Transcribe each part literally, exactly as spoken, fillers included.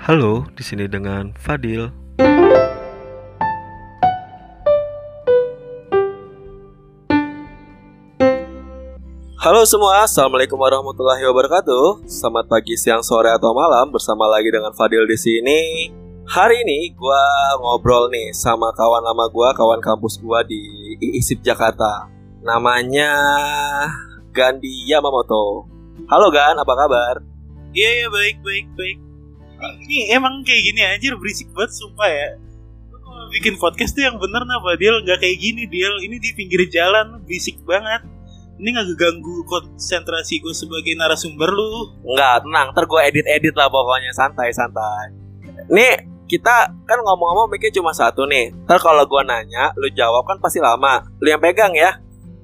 Halo, di sini dengan Fadil. Halo semua, assalamualaikum warahmatullahi wabarakatuh. Selamat pagi, siang, sore atau malam. Bersama lagi dengan Fadil di sini. Hari ini gue ngobrol nih sama kawan lama gue, kawan kampus gue di I I S I P Jakarta. Namanya Gandhi Yamamoto. Halo Gan, apa kabar? Iya iya baik baik baik. Ini emang kayak gini aja berisik banget sumpah ya. Lu kalau bikin podcast tuh yang bener nah Fadil, nggak kayak gini Dil. Ini di pinggir jalan berisik banget. Ini gak ganggu konsentrasi gue sebagai narasumber lu. Enggak, tenang, ntar gue edit-edit lah pokoknya. Santai-santai. Nih, kita kan ngomong-ngomong mikir cuma satu nih. Ntar kalau gue nanya, lu jawab kan pasti lama. Lu yang pegang ya.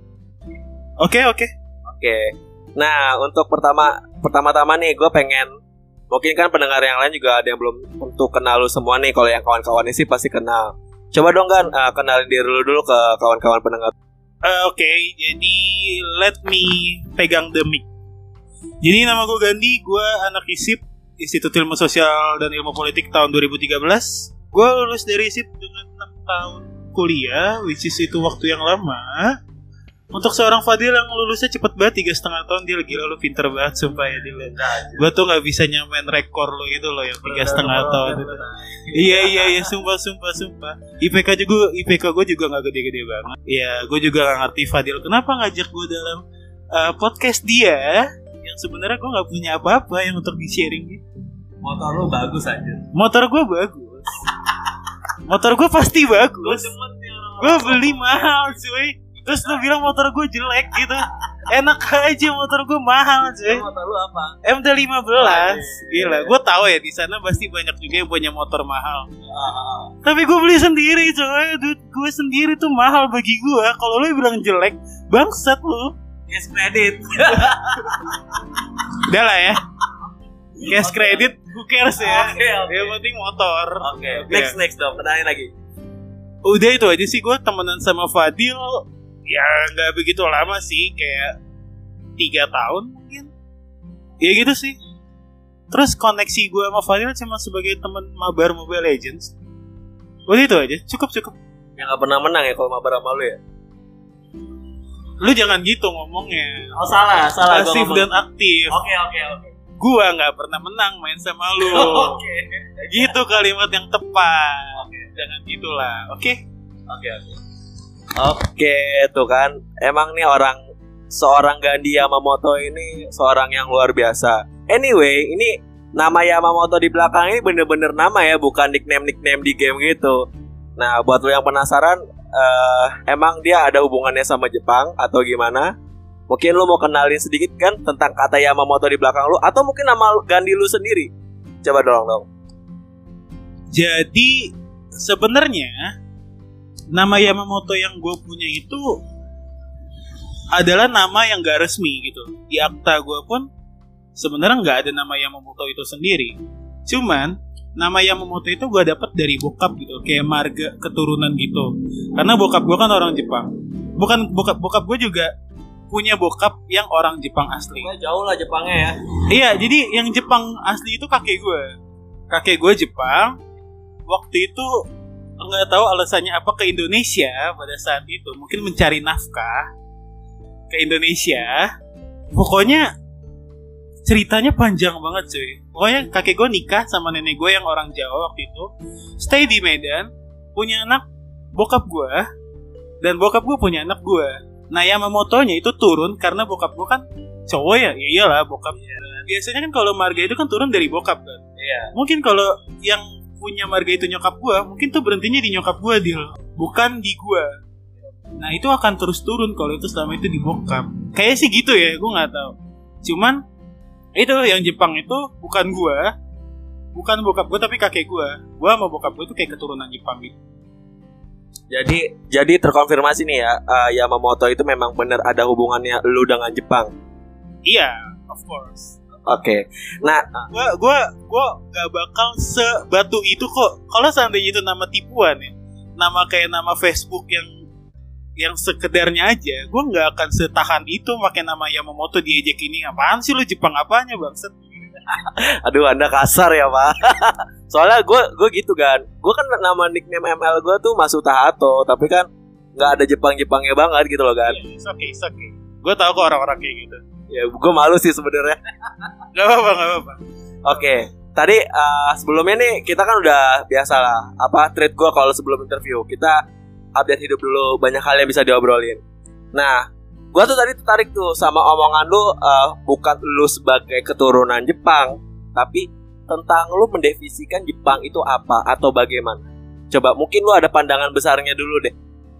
Oke, oke. Oke. Nah, untuk pertama Pertama-tama nih, gue pengen, mungkin kan pendengar yang lain juga ada yang belum tentu kenal lu semua nih. Kalau yang kawan-kawan ini sih pasti kenal. Coba dong kan, uh, kenalin diri lu dulu ke kawan-kawan pendengar. Uh, Oke, okay, jadi let me pegang the mic. Jadi nama gue Gandhi, gue anak I S I P, Institut Ilmu Sosial dan Ilmu Politik tahun dua ribu tiga belas. Gue lulus dari I S I P dengan enam tahun kuliah, which is itu waktu yang lama. Untuk seorang Fadil yang lulusnya cepet banget, tiga setengah tahun. Dia gila, lu pinter banget sumpah ya Dil. Gue tuh gak bisa nyamain rekor lo gitu loh, yang tiga setengah tahun itu. Iya iya iya, sumpah sumpah sumpah. I P K juga, I P K gue juga gak gede-gede banget. Iya, gue juga gak ngerti Fadil kenapa ngajak gue dalam uh, podcast dia, yang sebenarnya gue gak punya apa-apa yang untuk di-sharing gitu. Motor lu bagus aja. Motor gue bagus. Motor gue pasti bagus. Gue beli mahal cuy. Terus lu bilang motor gue jelek gitu. Enak aja, motor gue mahal cuy. Motor lu apa? M T lima belas. Gila, gue tahu ya di sana pasti banyak juga yang punya motor mahal. Uh. Tapi gue beli sendiri coy. Duit gue sendiri tuh mahal bagi gue. Kalau lu bilang jelek, bangsat lu. Cash credit. Udah lah ya. Cash credit, who cares ya. Okay, okay. Yang penting motor. Oke, okay. next next dong, kenalin lagi. Udah itu aja sih, gue temenan sama Fadil. Ya gak begitu lama sih, kayak tiga tahun mungkin. Ya gitu sih. Terus koneksi gue sama Fadil cuma sebagai teman mabar Mobile Legends. Udah itu aja, cukup-cukup. Yang gak pernah menang ya kalau mabar sama lu ya? Lu jangan gitu ngomongnya. Oh salah, salah. Pasif dan aktif. Oke, oke, oke. Gue gak pernah menang main sama lu. Oke. Gitu kalimat yang tepat. Okay. Jangan gitulah, oke? Okay? Oke, oke. Oke, tuh kan. Emang nih orang, seorang Gandhi Yamamoto ini seorang yang luar biasa. Anyway, ini nama Yamamoto di belakang ini bener-bener nama ya, bukan nickname-nickname di game gitu. Nah, buat lo yang penasaran, uh, emang dia ada hubungannya sama Jepang atau gimana? Mungkin lo mau kenalin sedikit kan tentang kata Yamamoto di belakang lo, atau mungkin nama Gandhi lo sendiri. Coba dong dong. Jadi sebenarnya nama Yamamoto yang gue punya itu adalah nama yang gak resmi gitu. Di akta gue pun sebenarnya gak ada nama Yamamoto itu sendiri. Cuman nama Yamamoto itu gue dapat dari bokap gitu, kayak marga keturunan gitu. Karena bokap gue kan orang Jepang. Bukan bokap bokap gue juga punya bokap yang orang Jepang asli. Jauh lah Jepangnya ya. Iya, jadi yang Jepang asli itu kakek gue. Kakek gue Jepang. Waktu itu nggak tahu alasannya apa ke Indonesia pada saat itu, mungkin mencari nafkah ke Indonesia. Pokoknya ceritanya panjang banget cuy. Pokoknya kakek gue nikah sama nenek gue yang orang Jawa waktu itu, stay di Medan, punya anak bokap gue, dan bokap gue punya anak gue. Nah Yamamotonya itu turun karena bokap gue kan cowok ya, ya iyalah bokap. Biasanya kan kalau marga itu kan turun dari bokap kan. Iya. Mungkin kalau yang punya marga itu nyokap gue, mungkin tuh berhentinya di nyokap gue Dil, bukan di gue. Nah itu akan terus turun kalau itu selama itu di bokap. Kayaknya sih gitu ya, gue nggak tahu. Cuman itu yang Jepang itu bukan gue, bukan bokap gue tapi kakek gue. Gue sama bokap gue itu kayak keturunan Jepang gitu. Jadi jadi terkonfirmasi nih ya, uh, Yamamoto itu memang benar ada hubungannya lu dengan Jepang. Iya, of course. Oke, okay. Nah, gue gue gue gak bakal sebatu itu kok. Kalau seandainya itu nama tipuan ya, nama kayak nama Facebook yang yang sekedarnya aja, gue nggak akan setahan itu pakai nama Yamamoto diejek ini. Apaan sih lu Jepang apanya bangsat? Aduh, Anda kasar ya, Pak. Soalnya gue gue gitu kan. Gue kan nama nickname M L gue tuh Masuta Hato, tapi kan nggak ada Jepang-Jepangnya banget gitu loh kan. It's okay, it's okay. Gue tahu kok orang-orang kayak gitu. Ya, gue malu sih sebenarnya. Gak apa-apa, gak apa-apa. Oke, tadi uh, sebelumnya nih kita kan udah biasa lah. Apa treat gue kalau sebelum interview kita update hidup dulu, banyak hal yang bisa diobrolin. Nah, gue tuh tadi tertarik tuh sama omongan lu, uh, bukan lu sebagai keturunan Jepang, tapi tentang lu mendefinisikan Jepang itu apa atau bagaimana. Coba mungkin lu ada pandangan besarnya dulu deh.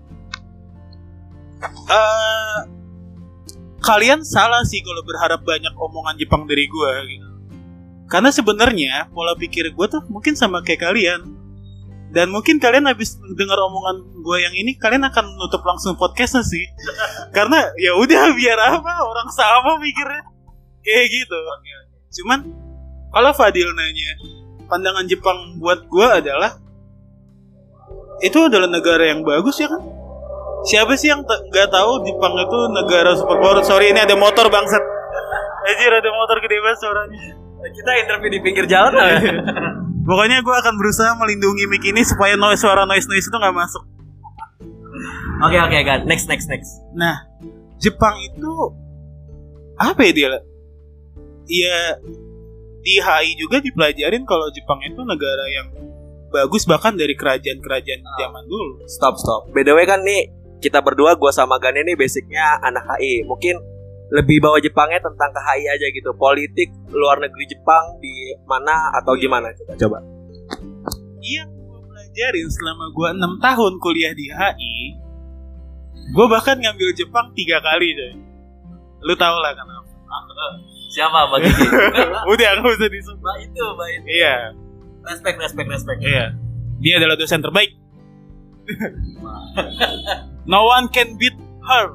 Uh, kalian salah sih kalau berharap banyak omongan Jepang dari gue gitu. Karena sebenarnya pola pikir gue tuh mungkin sama kayak kalian. Dan mungkin kalian habis dengar omongan gue yang ini, kalian akan nutup langsung podcastnya sih. Karena ya udah, biar apa, orang sama mikirnya kayak gitu. Cuman kalau Fadil nanya, pandangan Jepang buat gue adalah itu adalah negara yang bagus ya kan. Siapa sih yang t- gak tahu Jepang itu negara superpower? Sorry, ini ada motor bangsat. Anjir, ada motor gede banget suaranya. Kita interview di pinggir jalan lah. Pokoknya gue akan berusaha melindungi mic ini supaya noise suara noise noise itu nggak masuk. Oke oke kan, next next next. Nah, Jepang itu apa ya dia? Iya, di H I juga dipelajarin kalau Jepang itu negara yang bagus bahkan dari kerajaan-kerajaan oh. zaman dulu. Stop stop. B D W kan nih kita berdua, gue sama Gan ini basicnya anak H I. Mungkin lebih bawa Jepangnya tentang ke H I aja gitu. Politik luar negeri Jepang di mana atau gimana? Coba coba. Yang gue pelajarin selama gue enam tahun kuliah di H I, gue bahkan ngambil Jepang tiga kali deh. Lu tau lah kenapa? Siapa Mbak Gigi? Udah gak usah disebut. Mbak itu, Mbak itu. Iya. Respect, respect, respect. Iya. Dia adalah dosen terbaik. No one can beat her.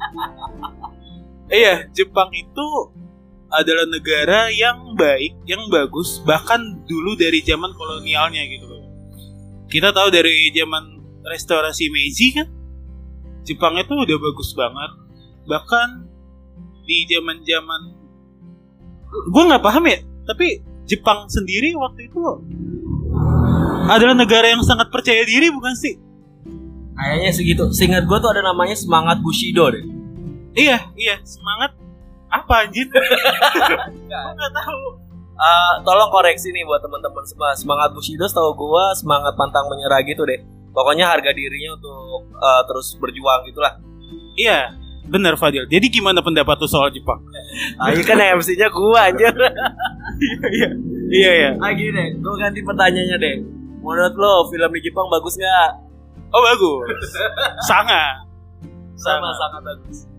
Iya, Jepang itu adalah negara yang baik, yang bagus, bahkan dulu dari zaman kolonialnya gitu loh. Kita tahu dari zaman restorasi Meiji kan, Jepang itu udah bagus banget. Bahkan di zaman-zaman, gue nggak paham ya, tapi Jepang sendiri waktu itu adalah negara yang sangat percaya diri, bukan sih? Kayaknya segitu. Seingat gue tuh ada namanya semangat Bushido deh. Iya, iya, semangat apa anjir? Gue nggak tahu. Uh, tolong koreksi nih buat teman-teman semua. Semangat Bushido setahu gue semangat pantang menyerah gitu deh. Pokoknya harga dirinya untuk uh, terus berjuang gitulah. Iya, benar Fadil. Jadi gimana pendapat lu soal Jepang? Ah, ini kan M C-nya gue anjir. Iya, iya, iya. Ah gini deh, gue ganti pertanyaannya deh. Menurut lo film di Jepang bagus nggak? Oh bagus, sangat, sama sangat bagus.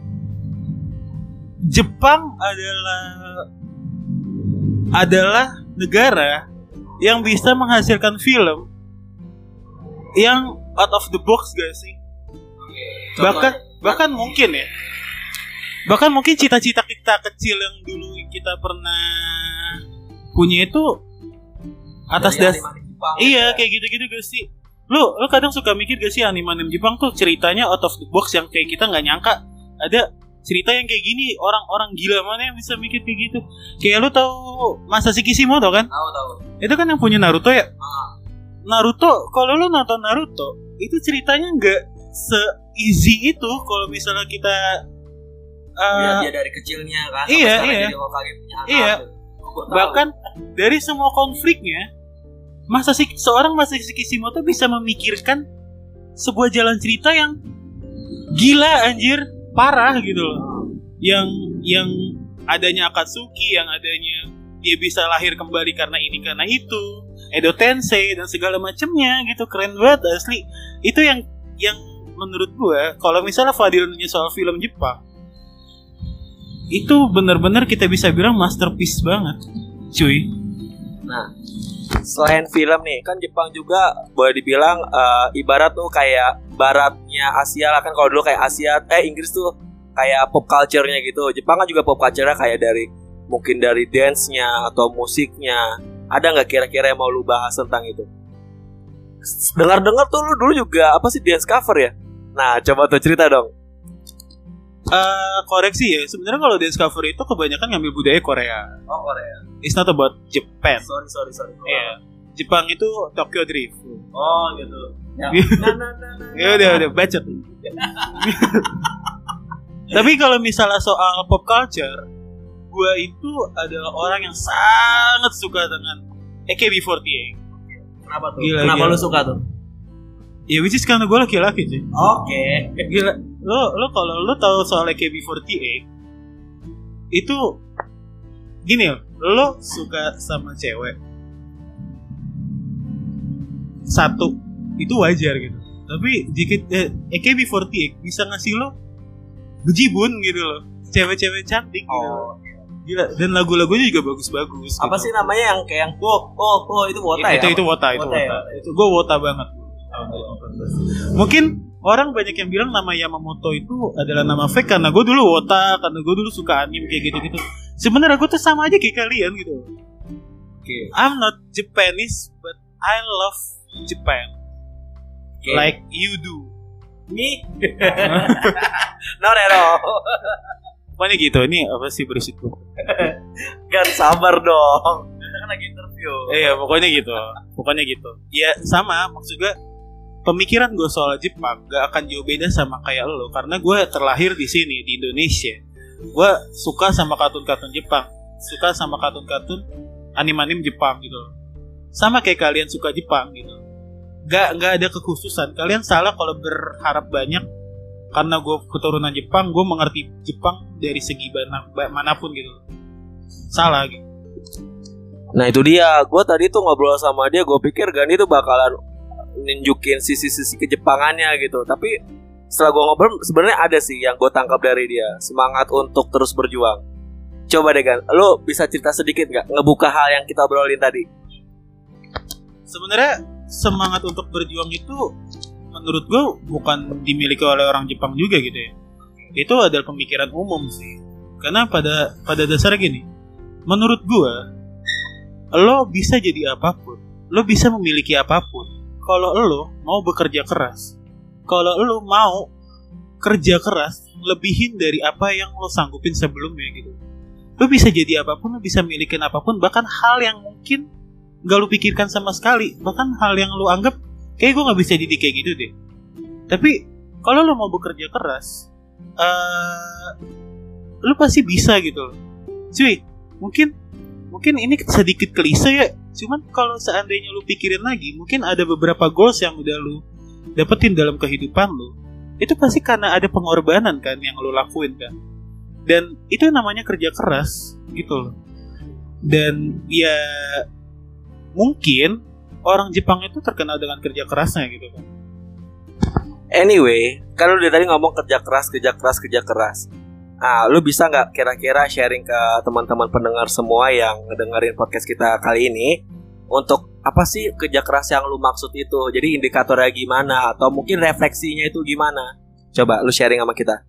Jepang adalah adalah negara yang bisa menghasilkan film yang out of the box gak sih? Contohnya. Bahkan bahkan mungkin ya. Bahkan mungkin cita-cita kita kecil yang dulu kita pernah punya itu atas das. Iya, kayak gitu-gitu gak sih? Lu, lu kadang suka mikir gak sih anime-anime Jepang tuh ceritanya out of the box yang kayak kita gak nyangka ada cerita yang kayak gini. Orang-orang gila mana yang bisa mikir kayak gitu. Kayak lu tahu Masashi Kishimoto kan? Tahu, tahu. Itu kan yang punya Naruto ya? Ah. Naruto, kalau lu nonton Naruto, itu ceritanya nggak se-easy itu kalau misalnya kita uh, dia, dia dari kecilnya kan. Iya, iya. Iya. Bahkan dari semua konfliknya, Masashi, seorang Masashi Kishimoto bisa memikirkan sebuah jalan cerita yang gila anjir. Parah gitu loh. Yang yang adanya Akatsuki, yang adanya dia bisa lahir kembali karena ini karena itu, Edo Tensei dan segala macamnya gitu, keren banget asli. Itu yang yang menurut gue, kalau misalnya Fadil nanya soal film Jepang, itu benar-benar kita bisa bilang masterpiece banget, cuy. Nah, selain film nih, kan Jepang juga boleh dibilang uh, ibarat tuh kayak baratnya Asia lah kan. Kalau dulu kayak Asia, eh Inggris tuh kayak pop culture-nya gitu. Jepang kan juga pop culture-nya kayak dari mungkin dari dance-nya atau musiknya. Ada nggak kira-kira yang mau lu bahas tentang itu? Dengar-dengar tuh lu dulu juga apa sih dance cover ya? Nah, coba tuh cerita dong. Uh, koreksi ya, sebenarnya kalau dance cover itu kebanyakan ngambil budaya Korea. Oh, Korea. It's not about Japan. Sorry sorry sorry. Iya. Jepang itu Tokyo Drift. Oh gitu. Ya. Nah, nah, nah, nah, Ya udah udah bacot. Tapi kalau misalnya soal pop culture, gue itu adalah orang yang sangat suka dengan A K B empat delapan. Kenapa tuh? Gila, Kenapa gila. lu suka tuh? Ya which is karena gue laki-laki sih. Oke. Gila. Lo lo kalau lo tahu soal A K B empat delapan itu gini loh, lo suka sama cewek satu itu wajar gitu. Tapi jika eh, A K B empat delapan bisa ngasih lo bejibun gitu loh, cewek-cewek cantik gitu. Oh. Gila, dan lagu-lagunya juga bagus-bagus. Apa gitu. sih namanya yang kayak yang oh oh oh itu wota itu, ya? Itu wota, itu Wota wota. ya? Itu gue wota banget. Mungkin orang banyak yang bilang nama Yamamoto itu adalah nama fake karena gue dulu wota, karena gue dulu suka anime kayak gitu-gitu. Sebenarnya gue tuh sama aja kayak kalian gitu. Oke. I'm not Japanese, but I love Japan. Okay. Like you do. Me? No, no, no. Pokoknya gitu. Ini apa sih berisik gue? Kan sabar dong. Kita kan lagi interview. Iya, pokoknya gitu. Pokoknya gitu. Ya sama, maksud gue pemikiran gue soal Jepang gak akan jauh beda sama kayak lo, karena gue terlahir di sini di Indonesia. Gue suka sama kartun-kartun Jepang, suka sama kartun-kartun anim-anim Jepang gitu. Sama kayak kalian suka Jepang gitu. Gak gak ada kekhususan. Kalian salah kalau berharap banyak karena gue keturunan Jepang, gue mengerti Jepang dari segi mana, manapun gitu. Salah gitu. Nah itu dia. Gue tadi tuh ngobrol sama dia, gue pikir Gandhi tuh bakalan nunjukin sisi-sisi kejepangannya gitu. Tapi setelah gue ngobrol, sebenarnya ada sih yang gue tangkap dari dia, semangat untuk terus berjuang. Coba deh Gan, lo bisa cerita sedikit gak ngebuka hal yang kita obrolin tadi? Sebenarnya semangat untuk berjuang itu menurut gue bukan dimiliki oleh orang Jepang juga gitu ya. Itu adalah pemikiran umum sih. Karena pada pada dasarnya gini, menurut gue lo bisa jadi apapun, lo bisa memiliki apapun kalau lo mau bekerja keras. Kalau lo mau kerja keras lebihin dari apa yang lo sanggupin sebelumnya gitu. Lo bisa jadi apapun, lo bisa milikin apapun, bahkan hal yang mungkin gak lo pikirkan sama sekali, bahkan hal yang lo anggap kayak gue gak bisa jadi kayak gitu deh. Tapi kalau lo mau bekerja keras, uh, lo pasti bisa gitu loh. Cuy, mungkin mungkin ini sedikit klise ya, cuman kalau seandainya lo pikirin lagi, mungkin ada beberapa goals yang udah lo dapetin dalam kehidupan lo. Itu pasti karena ada pengorbanan kan yang lo lakuin kan. Dan itu namanya kerja keras gitu loh. Dan ya mungkin orang Jepang itu terkenal dengan kerja kerasnya gitu kan. Anyway, kalau dari tadi ngomong kerja keras, kerja keras, kerja keras. Ah, lu bisa nggak kira-kira sharing ke teman-teman pendengar semua yang ngedengerin podcast kita kali ini untuk apa sih kerja keras yang lu maksud itu? Jadi indikatornya gimana atau mungkin refleksinya itu gimana? Coba lu sharing sama kita.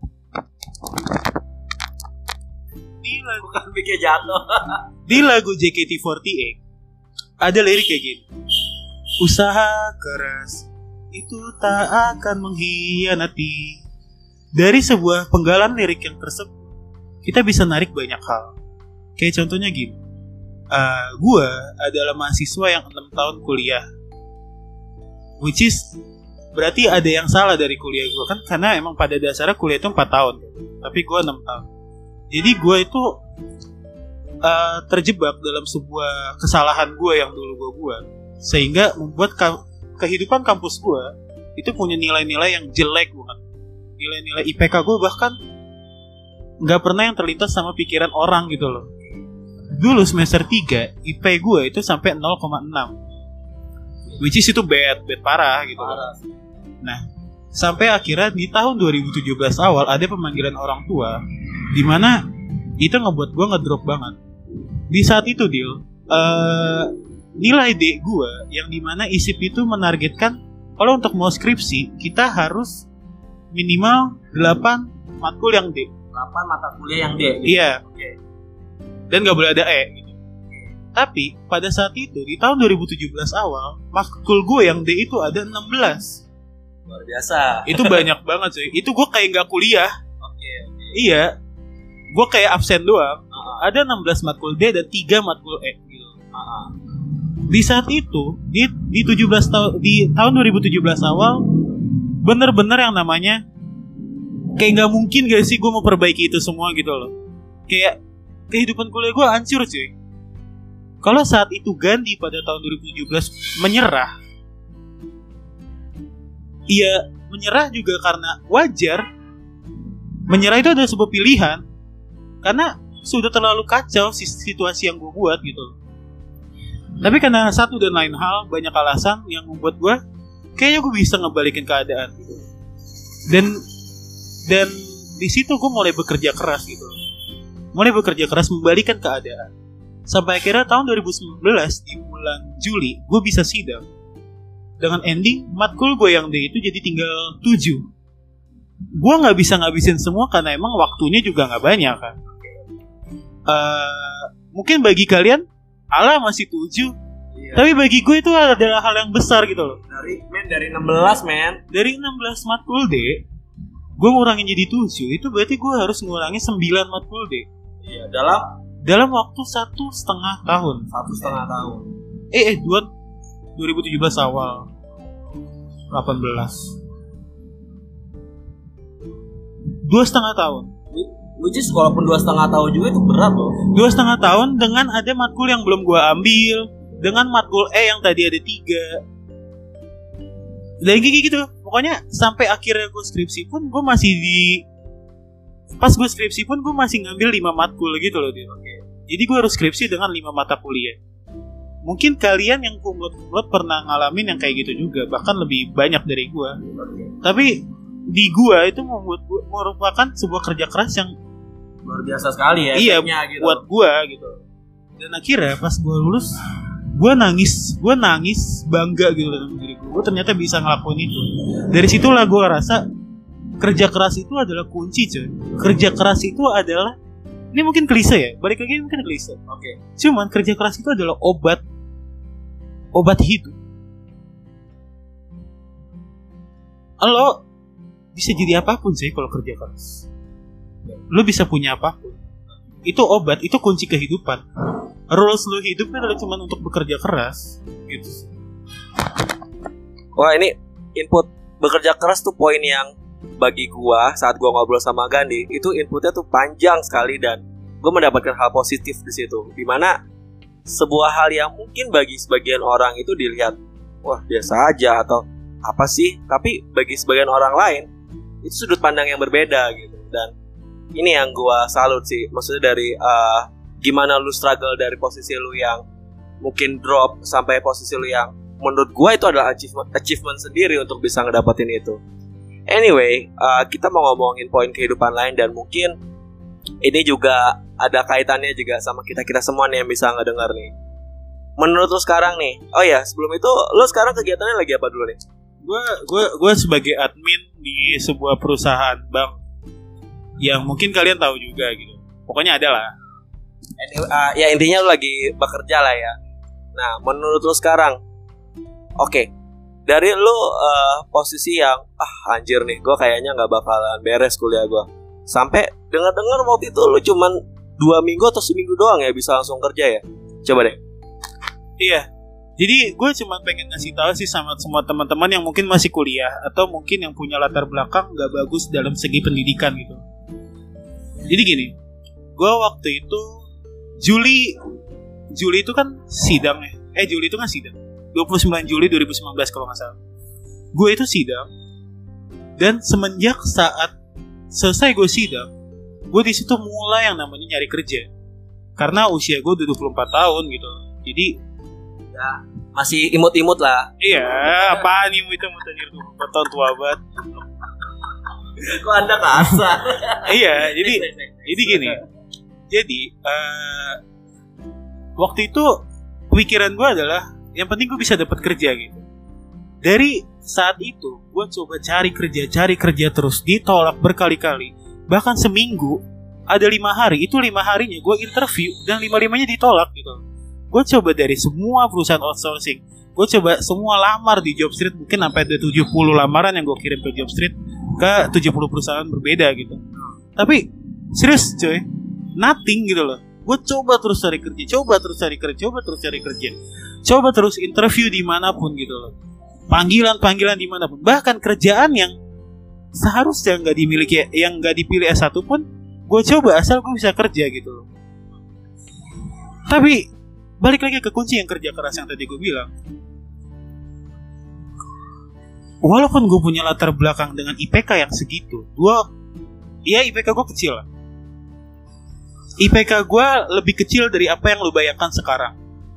Di lagu Bukan bikin jatuh. di lagu J K T empat delapan ada lirik kayak gini. Usaha keras itu tak akan mengkhianati. Dari sebuah penggalan lirik yang tersebut, kita bisa narik banyak hal. Kayak contohnya gini, uh, gue adalah mahasiswa yang enam tahun kuliah, which is berarti ada yang salah dari kuliah gue kan, karena emang pada dasarnya kuliah itu empat tahun, tapi gue enam tahun. Jadi gue itu uh, terjebak dalam sebuah kesalahan gue yang dulu gue buat, sehingga membuat ka- kehidupan kampus gue itu punya nilai-nilai yang jelek banget. Nilai-nilai I P K gue bahkan gak pernah yang terlintas sama pikiran orang gitu loh. Dulu semester tiga I P gue itu sampai nol koma enam, which is itu bad, bad parah gitu. Parah. Nah, sampai akhirnya di tahun dua ribu tujuh belas awal ada pemanggilan orang tua, dimana itu ngebuat gue ngedrop banget. Di saat itu Dil, uh, nilai D gue yang dimana I S I P itu menargetkan kalau untuk mau skripsi kita harus minimal delapan matkul yang D. delapan mata kuliah yang D. Gitu. Iya. Okay. Dan gak boleh ada E gitu. Tapi pada saat itu di tahun dua ribu tujuh belas awal matkul gue yang D itu ada enam belas. Luar biasa. Itu banyak banget sih. Itu gue kayak gak kuliah. Oke. Okay, okay. Iya. Gue kayak absen doang. Uh-huh. ada enam belas matkul D dan tiga matkul E gitu. Di saat itu di di tujuh belas tahun di tahun dua ribu tujuh belas awal bener-bener yang namanya kayak nggak mungkin gak sih gue mau perbaiki itu semua gitu loh. Kayak kehidupan kuliah gue hancur cuy. Kalau saat itu Gandhi pada tahun dua ribu tujuh belas menyerah, iya menyerah juga karena wajar. Menyerah itu adalah sebuah pilihan karena sudah terlalu kacau situasi yang gue buat gitu loh. Tapi karena satu dan lain hal, banyak alasan yang membuat gue kayaknya gue bisa ngebalikin keadaan gitu. Dan dan di situ gue mulai bekerja keras gitu. Mulai bekerja keras membalikan keadaan. Sampai akhirnya tahun dua ribu sembilan belas di bulan Juli gue bisa sidang. Dengan ending matkul gue yang D itu jadi tinggal tujuh. Gue gak bisa ngabisin semua karena emang waktunya juga gak banyak kan. uh, Mungkin bagi kalian alah masih tujuh, iya. Tapi bagi gue itu adalah hal yang besar gitu loh. Dari men dari enam belas men. Dari enam belas matkul D gue ngurangin jadi tujuh. Itu berarti gue harus ngurangin sembilan matkul D. Iya, dalam Dalam waktu satu setengah tahun. Satu setengah tahun. Eh eh dua dua ribu tujuh belas awal delapan belas Dua setengah tahun. Which is walaupun dua setengah tahun juga itu berat loh. Dua setengah tahun dengan ada matkul yang belum gue ambil, dengan matkul E yang tadi ada tiga. Dan kayak gitu. Pokoknya sampai akhirnya gue skripsi pun gue masih di pas gue skripsi pun gue masih ngambil lima matkul gitu loh dia. Jadi gue harus skripsi dengan lima mata kuliah. Mungkin kalian yang kumlot-kumlot pernah ngalamin yang kayak gitu juga, bahkan lebih banyak dari gue. Tapi di gue itu membuat gua, merupakan sebuah kerja keras yang luar biasa sekali ya. Iya, gitu. Buat gue gitu. Dan akhirnya pas gue lulus, gue nangis, gue nangis bangga gitu dengan diri gue. Gue ternyata bisa ngelakuin itu. Dari situlah gue rasa kerja keras itu adalah kunci coy. Kerja keras itu adalah, ini mungkin klise ya, balik lagi mungkin klise. Oke. Okay. Cuman kerja keras itu adalah obat, obat hidup. Lo bisa jadi apapun sih kalau kerja keras. Lo bisa punya apapun. Itu obat, itu kunci kehidupan. Rules lo hidup adalah cuma untuk bekerja keras gitu. Wah, ini input bekerja keras tuh poin yang bagi gua saat gua ngobrol sama Gandhi itu inputnya tuh panjang sekali dan gua mendapatkan hal positif di situ. Dimana sebuah hal yang mungkin bagi sebagian orang itu dilihat wah biasa aja atau apa sih, tapi bagi sebagian orang lain itu sudut pandang yang berbeda gitu. Dan ini yang gua salut sih, maksudnya dari uh, gimana lu struggle dari posisi lu yang mungkin drop sampai posisi lu yang menurut gua itu adalah achievement, achievement sendiri untuk bisa ngedapetin itu. Anyway, uh, kita mau ngomongin poin kehidupan lain dan mungkin ini juga ada kaitannya juga sama kita-kita semua nih yang bisa ngedengar nih. Menurut lu sekarang nih, oh ya sebelum itu lu sekarang kegiatannya lagi apa dulu nih? Gue gue gue sebagai admin di sebuah perusahaan bank yang mungkin kalian tahu juga gitu. Pokoknya ada lah. Uh, ya intinya lu lagi bekerja lah ya. Nah menurut lu sekarang, oke, okay, dari lu uh, posisi yang ah anjir nih, gue kayaknya nggak bakalan beres kuliah gue. Sampai dengar-dengar waktu itu lu cuman dua minggu atau seminggu doang ya bisa langsung kerja ya. Coba deh. Iya. Jadi gue cuma pengen ngasih tahu sih sama semua teman-teman yang mungkin masih kuliah atau mungkin yang punya latar belakang nggak bagus dalam segi pendidikan gitu. Jadi gini, gue waktu itu Juli Juli itu kan sidang ya. Eh Juli itu kan sidang. dua puluh sembilan Juli dua ribu sembilan belas kalau nggak salah. Gue itu sidang dan semenjak saat selesai gue sidang, gue di situ mulai yang namanya nyari kerja. Karena usia gue udah dua puluh empat tahun gitu. Jadi ya, masih imut-imut lah. Iya, apaan imut-imut anjir tuh. Betul tua banget. Kok Anda kasar? Iya, jadi jadi gini. Jadi uh, waktu itu pikiran gue adalah yang penting gue bisa dapat kerja gitu. Dari saat itu gue coba cari kerja, cari kerja terus, ditolak berkali-kali. Bahkan seminggu ada lima hari, itu lima harinya gue interview dan lima-limanya ditolak gitu. Gue coba dari semua perusahaan outsourcing, gue coba semua lamar di Jobstreet, mungkin sampai ada tujuh puluh lamaran yang gue kirim ke Jobstreet ke tujuh puluh perusahaan berbeda gitu. Tapi serius coy, nothing gitu loh. gue coba terus cari kerja, coba terus cari kerja, coba terus cari kerja, coba terus interview dimanapun gitu loh, panggilan-panggilan dimanapun, bahkan kerjaan yang seharusnya nggak dimiliki, yang nggak dipilih S satu pun gue coba asal gue bisa kerja gitu loh. Tapi balik lagi ke kunci yang kerja keras yang tadi gue bilang. Walaupun gue punya latar belakang dengan I P K yang segitu, gue, ya I P K gue kecil lah. I P K gue lebih kecil dari apa yang lu bayangkan sekarang.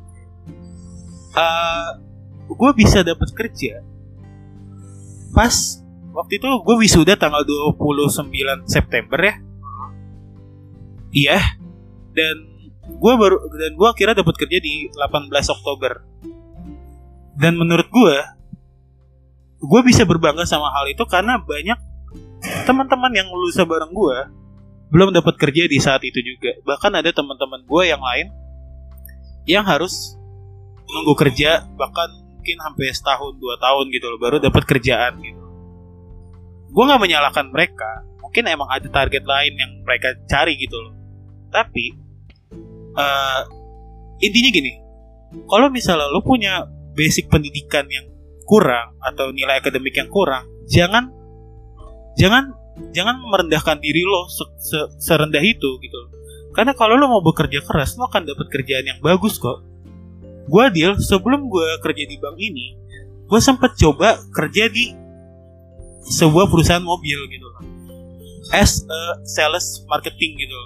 Uh, gue bisa dapat kerja pas waktu itu gue wisuda tanggal dua puluh sembilan September ya. Iya. Dan gue baru dan gue akhirnya dapat kerja di delapan belas Oktober. Dan menurut gue gue bisa berbangga sama hal itu karena banyak teman-teman yang lulus bareng gue belum dapat kerja di saat itu juga. Bahkan ada teman-teman gue yang lain yang harus nunggu kerja bahkan mungkin sampai setahun dua tahun gitu loh baru dapat kerjaan gitu. Gue nggak menyalahkan mereka, mungkin emang ada target lain yang mereka cari gitu loh. Tapi uh, intinya gini, kalau misalnya lo punya basic pendidikan yang kurang atau nilai akademik yang kurang, jangan jangan jangan merendahkan diri lo se- se- serendah itu gitu. Karena kalau lo mau bekerja keras, lo akan dapat kerjaan yang bagus kok. Gue deal sebelum gue kerja di bank ini, gue sempat coba kerja di sebuah perusahaan mobil gitu, as a sales marketing gitu.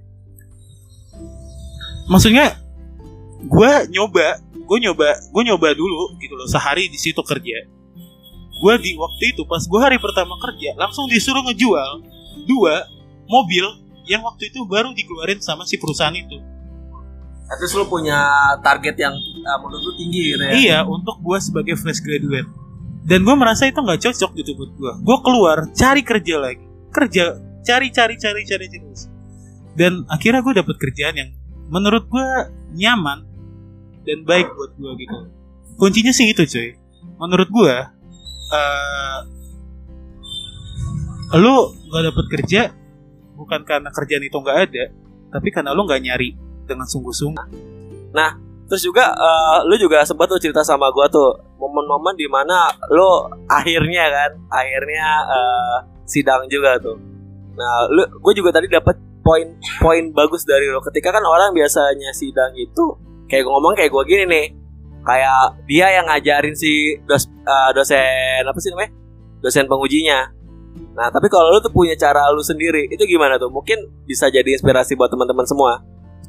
Maksudnya gue nyoba gue nyoba gue nyoba dulu gitu loh sehari di situ kerja. Gue di waktu itu pas gue hari pertama kerja langsung disuruh ngejual dua mobil yang waktu itu baru dikeluarin sama si perusahaan itu. Terus lu punya target yang uh, menurut lu tinggi gitu ya? Iya, untuk gue sebagai fresh graduate. Dan gue merasa itu nggak cocok gitu buat gue. Gue keluar cari kerja lagi, kerja cari cari cari cari terus. Dan akhirnya gue dapet kerjaan yang menurut gue nyaman dan baik buat gue gitu. Kuncinya sih itu cuy. Menurut gue, uh, lu nggak dapet kerja bukan karena kerjaan itu nggak ada, tapi karena lu nggak nyari dengan sungguh-sungguh. Nah, terus juga uh, lu juga sempat tuh cerita sama gue tuh momen-momen dimana lu akhirnya kan, akhirnya uh, sidang juga tuh. Nah, lu, gue juga tadi dapat poin-poin bagus dari lo. Ketika kan orang biasanya sidang itu kayak gue ngomong kayak gue gini nih, kayak dia yang ngajarin si dos, uh, dosen apa sih namanya, dosen pengujinya. Nah, tapi kalau lu tuh punya cara lu sendiri, itu gimana tuh? Mungkin bisa jadi inspirasi buat teman-teman semua.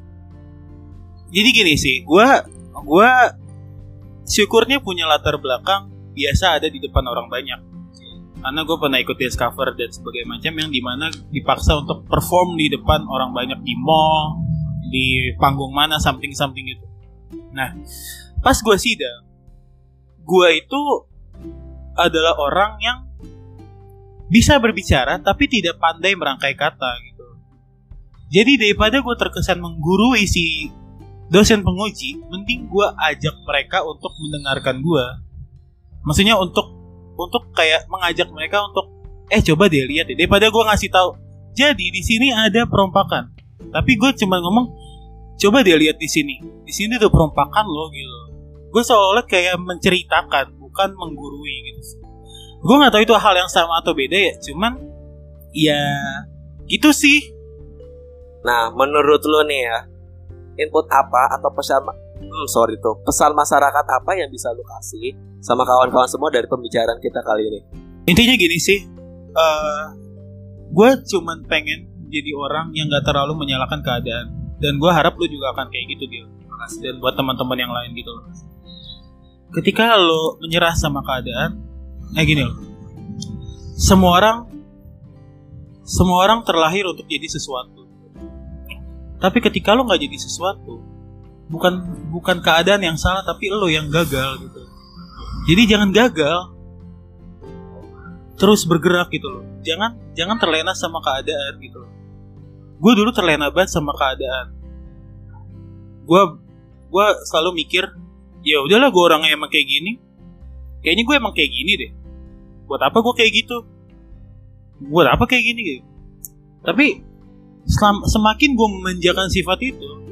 Jadi gini sih, gue gue syukurnya punya latar belakang biasa ada di depan orang banyak. Karena gue pernah ikut Discover dan sebagainya macam yang dimana dipaksa untuk perform di depan orang banyak di mall, di panggung mana, something-something gitu. Nah, pas gue sidang, gue itu adalah orang yang bisa berbicara tapi tidak pandai merangkai kata gitu. Jadi daripada gue terkesan menggurui si dosen penguji, mending gue ajak mereka untuk mendengarkan gue. Maksudnya untuk untuk kayak mengajak mereka untuk eh coba deh lihat deh, daripada gue ngasih tahu. Jadi di sini ada perompakan, tapi gue cuma ngomong coba deh lihat di sini. Di sini ada perompakan loh gitu. Gue seolah kayak menceritakan, bukan menggurui gitu. Gue nggak tahu itu hal yang sama atau beda ya, cuman ya gitu sih. Nah, menurut lo nih ya, input apa atau pesan hmm, sorry tuh pesan masyarakat apa yang bisa lu kasih sama kawan-kawan semua dari pembicaraan kita kali ini? Intinya gini sih, uh, gue cuman pengen jadi orang yang gak terlalu menyalahkan keadaan, dan gue harap lu juga akan kayak gitu dia. Dan buat teman-teman yang lain gitu loh, ketika lu menyerah sama keadaan, eh gini loh, semua orang semua orang terlahir untuk jadi sesuatu. Tapi ketika lo nggak jadi sesuatu, bukan bukan keadaan yang salah, tapi lo yang gagal gitu. Jadi jangan gagal, terus bergerak gitu loh. Jangan jangan terlena sama keadaan gitu. Gue dulu terlena banget sama keadaan. Gue gue selalu mikir, ya udahlah gue orangnya emang kayak gini. Kayaknya gue emang kayak gini deh. Buat apa gue kayak gitu? Buat apa kayak gini gitu? Tapi Selam, semakin gue memanjakan sifat itu,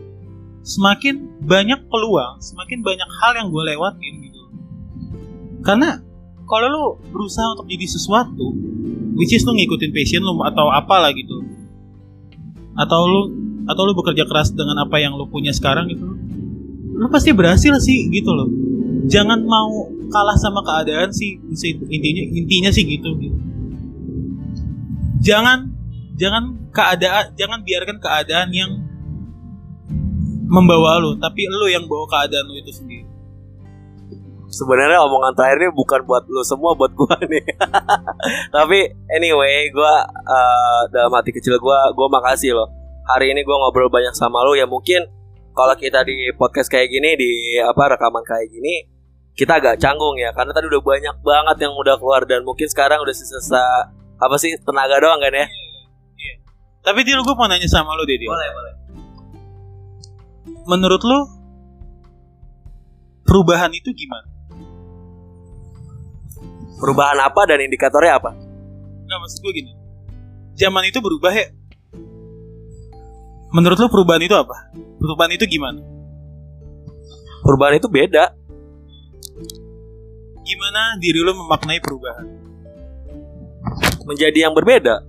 semakin banyak peluang, semakin banyak hal yang gue lewatin gitu. Karena kalau lu berusaha untuk jadi sesuatu, which is lu ngikutin passion lu atau apalah gitu, atau lu atau lu bekerja keras dengan apa yang lu punya sekarang gitu, lu pasti berhasil sih gitu loh. Jangan mau kalah sama keadaan sih, intinya intinya sih gitu, gitu. Jangan jangan keadaan, jangan biarkan keadaan yang membawa lu, tapi lu yang bawa keadaan lu itu sendiri. Sebenarnya omongan terakhir ini bukan buat lu semua, buat gua nih. Tapi anyway, gua uh, dalam hati kecil gua, gua makasih loh. Hari ini gua ngobrol banyak sama lu. Ya mungkin kalau kita di podcast kayak gini, di apa rekaman kayak gini, kita agak canggung ya, karena tadi udah banyak banget yang udah keluar dan mungkin sekarang udah sisa apa sih tenaga doang kan ya. Iya. Tapi Dil, gua mau nanya sama lu deh, Dil. Boleh, boleh. Menurut lu perubahan itu gimana? Perubahan apa dan indikatornya apa? Nggak, maksud gue gini, zaman itu berubah ya. Menurut lu perubahan itu apa? Perubahan itu gimana? Perubahan itu beda. Gimana diri lu memaknai perubahan? Menjadi yang berbeda.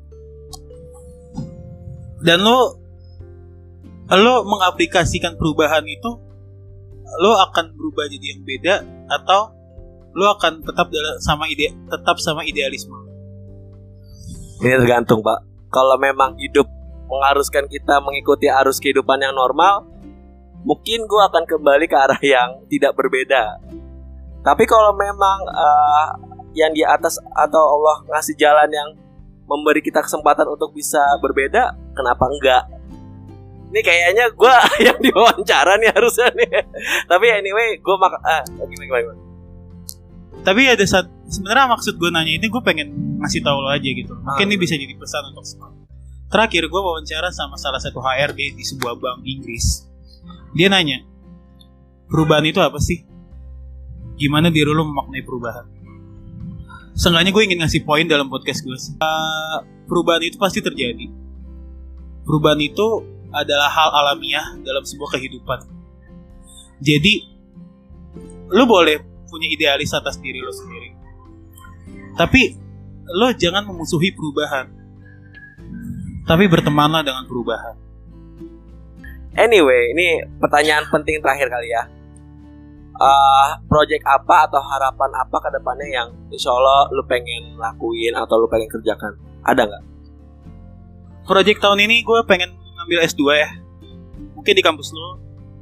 Dan lu lu mengaplikasikan perubahan itu, lu akan berubah jadi yang beda atau lu akan tetap sama ide, tetap sama idealisme? Ini tergantung, Pak. Kalau memang hidup mengharuskan kita mengikuti arus kehidupan yang normal, mungkin gue akan kembali ke arah yang tidak berbeda. Tapi kalau memang uh, yang di atas atau Allah ngasih jalan yang memberi kita kesempatan untuk bisa berbeda, kenapa enggak? Ini kayaknya gue yang diwawancara nih harusnya nih. Tapi anyway, gue mak ah gimana gimana. Tapi ada saat sebenarnya maksud gue nanya ini, gue pengen ngasih tahu lo aja gitu. Mungkin ah, ini bisa jadi pesan untuk semua. Terakhir gue wawancara sama salah satu H R D di sebuah bank Inggris. Dia nanya, perubahan itu apa sih? Gimana diri lo memaknai perubahan? Seenggaknya gue ingin ngasih poin dalam podcast gue. Uh, perubahan itu pasti terjadi. Perubahan itu adalah hal alamiah dalam sebuah kehidupan. Jadi lo boleh punya idealis atas diri lo sendiri, tapi lo jangan memusuhi perubahan, tapi bertemanlah dengan perubahan. Anyway, ini pertanyaan penting terakhir kali ya. uh, Project apa atau harapan apa ke depannya yang insya Allah lo pengen lakuin atau lo pengen kerjakan? Ada gak? Project tahun ini gue pengen ngambil S dua ya. Mungkin di kampus lo.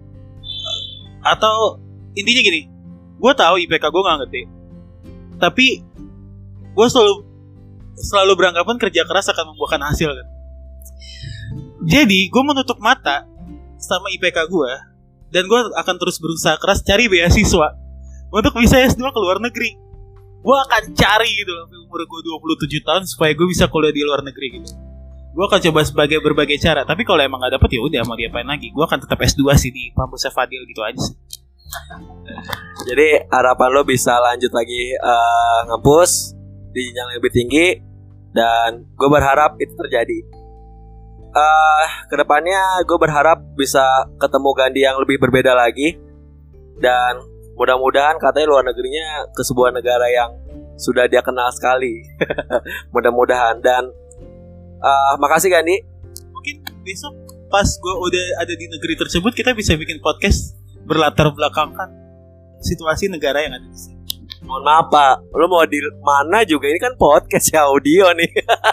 Atau intinya gini, gue tahu I P K gue nggak ngerti, tapi gue selalu selalu beranggapan kerja keras akan membuahkan hasil kan. Jadi gue menutup mata sama I P K gue dan gue akan terus berusaha keras cari beasiswa untuk bisa S dua ke luar negeri. Gue akan cari gitu sampai umur gue dua puluh tujuh tahun supaya gue bisa kuliah di luar negeri gitu. Gue akan coba sebagai berbagai cara. Tapi kalau emang nggak dapet ya udah, mau diapain lagi. Gue akan tetap S dua sih di kampusnya Fadil gitu aja sih. Jadi harapan lo bisa lanjut lagi uh, nge-push di jenjang yang lebih tinggi, dan gue berharap itu terjadi. Uh, kedepannya gue berharap bisa ketemu Gandhi yang lebih berbeda lagi, dan mudah-mudahan katanya luar negerinya ke sebuah negara yang sudah dia kenal sekali. Mudah-mudahan. Dan uh, makasih Gandhi. Mungkin besok pas gue udah ada di negeri tersebut, kita bisa bikin podcast berlatar belakangkan situasi negara yang ada di sini. Mohon maaf Pak, lo mau di mana juga, ini kan podcast ya, audio nih.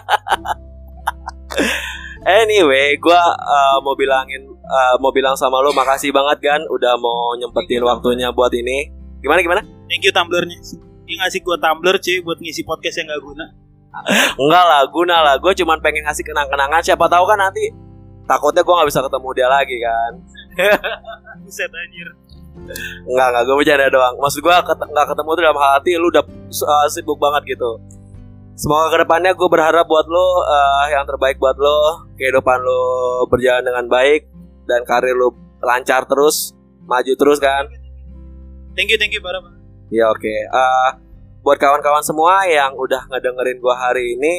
Anyway, gue uh, mau bilangin, uh, mau bilang sama lo makasih banget Gan, udah mau nyempetin waktunya buat ini. Gimana gimana? Thank you tumblernya. Dia ngasih gue tumbler cuy buat ngisi podcast yang gak guna. Enggak lah, guna lah. Gue cuman pengen ngasih kenang-kenangan. Siapa tahu kan nanti takutnya gue gak bisa ketemu dia lagi kan. Buset anjir. Enggak, enggak, gue bercanda doang. Maksud gue ket- gak ketemu tuh dalam hati lu udah uh, sibuk banget gitu. Semoga kedepannya gue berharap buat lo uh, yang terbaik buat lo, kehidupan lo berjalan dengan baik, dan karir lo lancar terus, maju terus kan. Thank you, thank you para. Ya oke okay. uh, Buat kawan-kawan semua yang udah ngedengerin gue hari ini,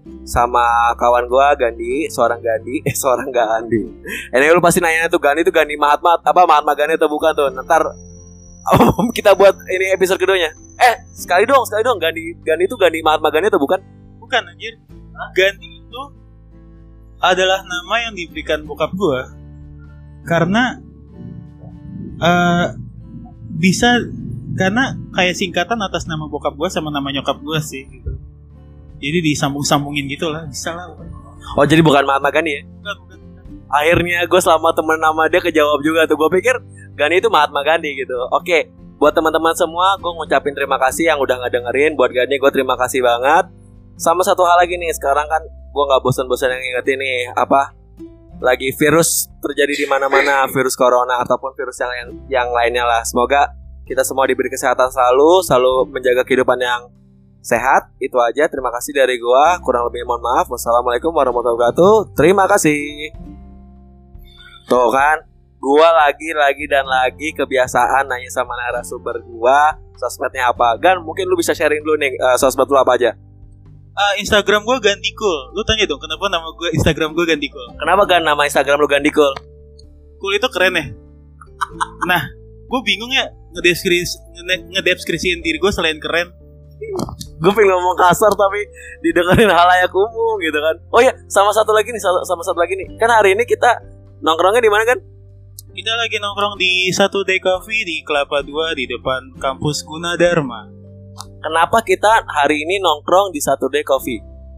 sama kawan gue Gandhi, seorang Gandhi, eh seorang Gandhi. Ini lu pasti nanya tuh Gandhi tuh Gandhi Mahatma apa Mahatma Gandhi atau bukan tuh? Ntar kita buat ini episode keduanya. Eh sekali dong, sekali dong Gandhi Gandhi itu Gandhi Mahatma Gandhi atau bukan? Bukan anjir. Gandhi itu adalah nama yang diberikan bokap gue karena uh, bisa karena kayak singkatan atas nama bokap gue sama nama nyokap gue sih gitu. Jadi disambung-sambungin gitu lah, bisa lah. Oh jadi bukan Mahatma Gandhi ya? Bukan, bukan. Akhirnya gue selama temen nama dia kejawab juga tuh. Gue pikir Gandhi itu Mahatma Gandhi gitu. Oke, buat teman-teman semua gue ngucapin terima kasih yang udah ngedengerin. Buat Gandhi gue terima kasih banget. Sama satu hal lagi nih, sekarang kan gue nggak bosan-bosan yang ingetin nih apa lagi virus terjadi di mana-mana, virus corona ataupun virus yang yang, yang lainnya lah. Semoga kita semua diberi kesehatan selalu, selalu menjaga kehidupan yang sehat. Itu aja, terima kasih dari gua. Kurang lebih mohon maaf. Wassalamualaikum warahmatullahi wabarakatuh. Terima kasih. Tuh kan, gua lagi-lagi dan lagi kebiasaan nanya sama narasumber gua sosmednya apa. Gan, mungkin lu bisa sharing dulu nih uh, sosmed lu apa aja. Uh, Instagram gua Gandikul. Lu tanya dong kenapa nama gua Instagram gua Gandikul. Kenapa Gan nama Instagram lu Gandikul? Cool itu keren ya. Nah, gua bingung ya ngedeskripsi ngedeskripsiin diri gua selain keren. Gue pengen ngomong kasar tapi didengerin halayak umum gitu kan. Oh ya, sama satu lagi nih, sama satu lagi nih. Kan hari ini kita nongkrongnya di mana kan? Kita lagi nongkrong di satu day coffee di Kelapa dua di depan kampus Gunadarma. Kenapa kita hari ini nongkrong di satu day coffee?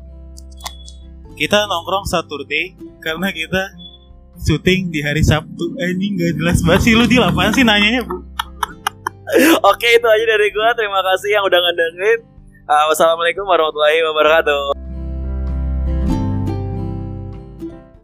Kita nongkrong Saturday karena kita syuting di hari Sabtu. Anjing gak jelas banget sih lu di apaan sih nanyanya, Bu? Oke, itu aja dari gua. Terima kasih yang udah ngedengerin. uh, Wassalamualaikum warahmatullahi wabarakatuh.